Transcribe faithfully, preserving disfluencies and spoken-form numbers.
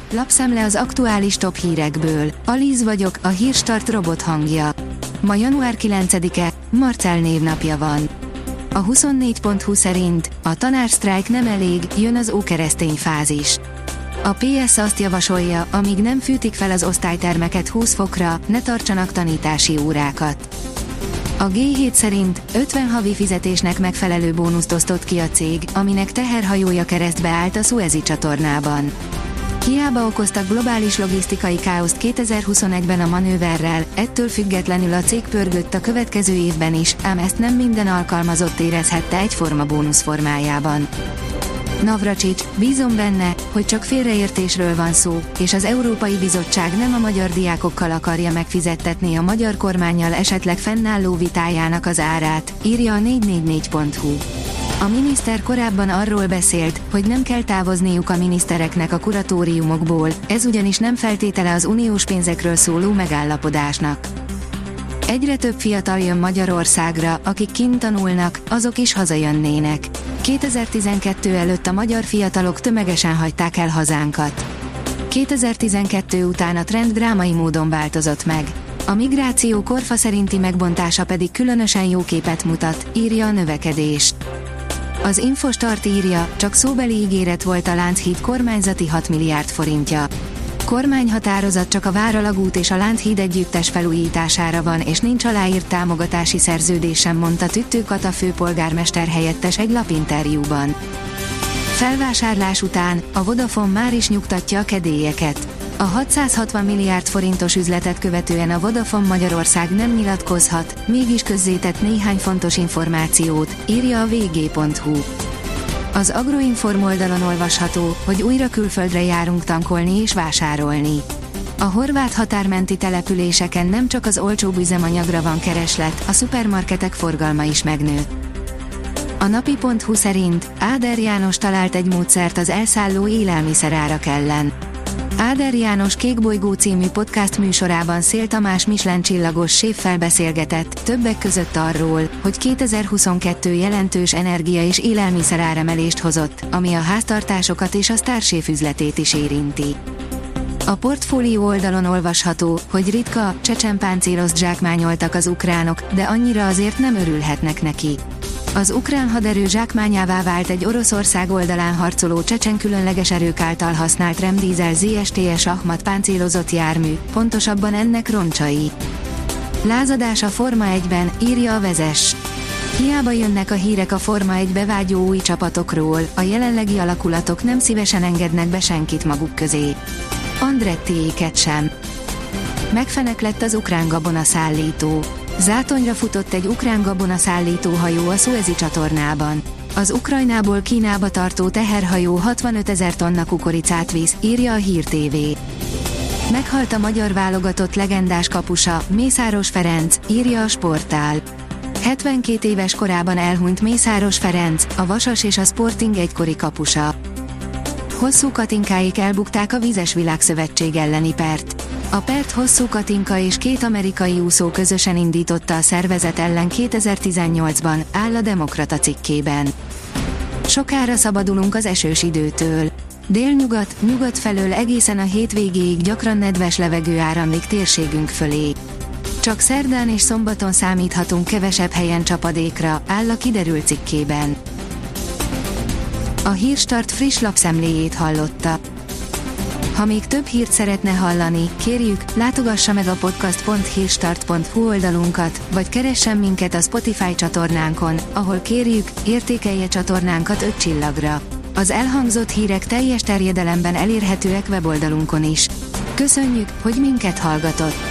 lapszemle az aktuális top hírekből. Alíz vagyok, a Hírstart robot hangja. Ma január kilencedike, Marcell névnapja van. A huszonnégy pont hu szerint a tanársztrájk nem elég, jön az ókeresztény fázis. A pé es azt javasolja, amíg nem fűtik fel az osztálytermeket húsz fokra, ne tartsanak tanítási órákat. A gé hét szerint ötven havi fizetésnek megfelelő bónuszt osztott ki a cég, aminek teherhajója keresztbe állt a Szuezi csatornában. Hiába okoztak globális logisztikai káoszt kétezer-huszonegyben a manőverrel, ettől függetlenül a cég pörgött a következő évben is, ám ezt nem minden alkalmazott érezhette egyforma bónusz formájában. Navracsics, bízom benne, hogy csak félreértésről van szó, és az Európai Bizottság nem a magyar diákokkal akarja megfizettetni a magyar kormánnyal esetleg fennálló vitájának az árát, írja a négy négy négy pont hu. A miniszter korábban arról beszélt, hogy nem kell távozniuk a minisztereknek a kuratóriumokból, ez ugyanis nem feltétele az uniós pénzekről szóló megállapodásnak. Egyre több fiatal jön Magyarországra, akik kint tanulnak, azok is hazajönnének. kétezer-tizenkettő előtt a magyar fiatalok tömegesen hagyták el hazánkat. kétezer-tizenkettő után a trend drámai módon változott meg. A migráció korfa szerinti megbontása pedig különösen jó képet mutat, írja a Növekedés. Az Infostart írja, csak szóbeli ígéret volt a Lánchíd kormányzati hat milliárd forintja. Kormányhatározat csak a Váralagút és a Lánchíd együttes felújítására van, és nincs aláírt támogatási szerződés sem, mondta Tüttő Kata főpolgármester helyettes egy lapinterjúban. Felvásárlás után a Vodafone már is nyugtatja a kedélyeket. A hatszázhatvan milliárd forintos üzletet követően a Vodafone Magyarország nem nyilatkozhat, mégis közzétett néhány fontos információt, írja a vé gé pont hu. Az Agroinform oldalon olvasható, hogy újra külföldre járunk tankolni és vásárolni. A horvát határmenti településeken nem csak az olcsóbb üzemanyagra van kereslet, a szupermarketek forgalma is megnőtt. A napi pont hu szerint Áder János talált egy módszert az elszálló élelmiszerárak ellen. Áder János Kékbolygó című podcast műsorában Szél Tamás Michelin csillagos séffel beszélgetett, többek között arról, hogy kétezer-huszonkettő jelentős energia- és élelmiszeráremelést hozott, ami a háztartásokat és a sztárséf üzletét is érinti. A Portfólió oldalon olvasható, hogy ritka, csecsenpáncélozt zsákmányoltak az ukránok, de annyira azért nem örülhetnek neki. Az ukrán haderő zsákmányává vált egy Oroszország oldalán harcoló csecsen különleges erők által használt Remdízel zé es té es Ahmat páncélozott jármű, pontosabban ennek roncsai. Lázadás a Forma egyben, írja a Vezess. Hiába jönnek a hírek a Forma egybe vágyó új csapatokról, a jelenlegi alakulatok nem szívesen engednek be senkit maguk közé. Andrettiéket sem. Megfeneklett az ukrán gabonaszállító. Zátonyra futott egy ukrán gabonaszállító hajó a Szuezi csatornában. Az Ukrajnából Kínába tartó teherhajó hatvanötezer tonna kukoricát visz, írja a Hír té vé. Meghalt a magyar válogatott legendás kapusa, Mészáros Ferenc, írja a Sportál. hetvenkét éves korában elhunyt Mészáros Ferenc, a Vasas és a Sporting egykori kapusa. Hosszú Katinkáik elbukták a Vizes Világszövetség elleni pert. A pert Hosszú Katinka és két amerikai úszó közösen indította a szervezet ellen kétezer-tizennyolcban, áll a Demokrata cikkében. Sokára szabadulunk az esős időtől. Délnyugat, nyugat felől egészen a hétvégéig gyakran nedves levegő áramlik térségünk fölé. Csak szerdán és szombaton számíthatunk kevesebb helyen csapadékra, áll a Kiderült cikkében. A Hírstart friss lapszemléjét hallotta. Ha még több hírt szeretne hallani, kérjük, látogassa meg a podcast pont hírstart pont hu oldalunkat, vagy keressen minket a Spotify csatornánkon, ahol kérjük, értékelje csatornánkat öt csillagra. Az elhangzott hírek teljes terjedelemben elérhetőek weboldalunkon is. Köszönjük, hogy minket hallgatott!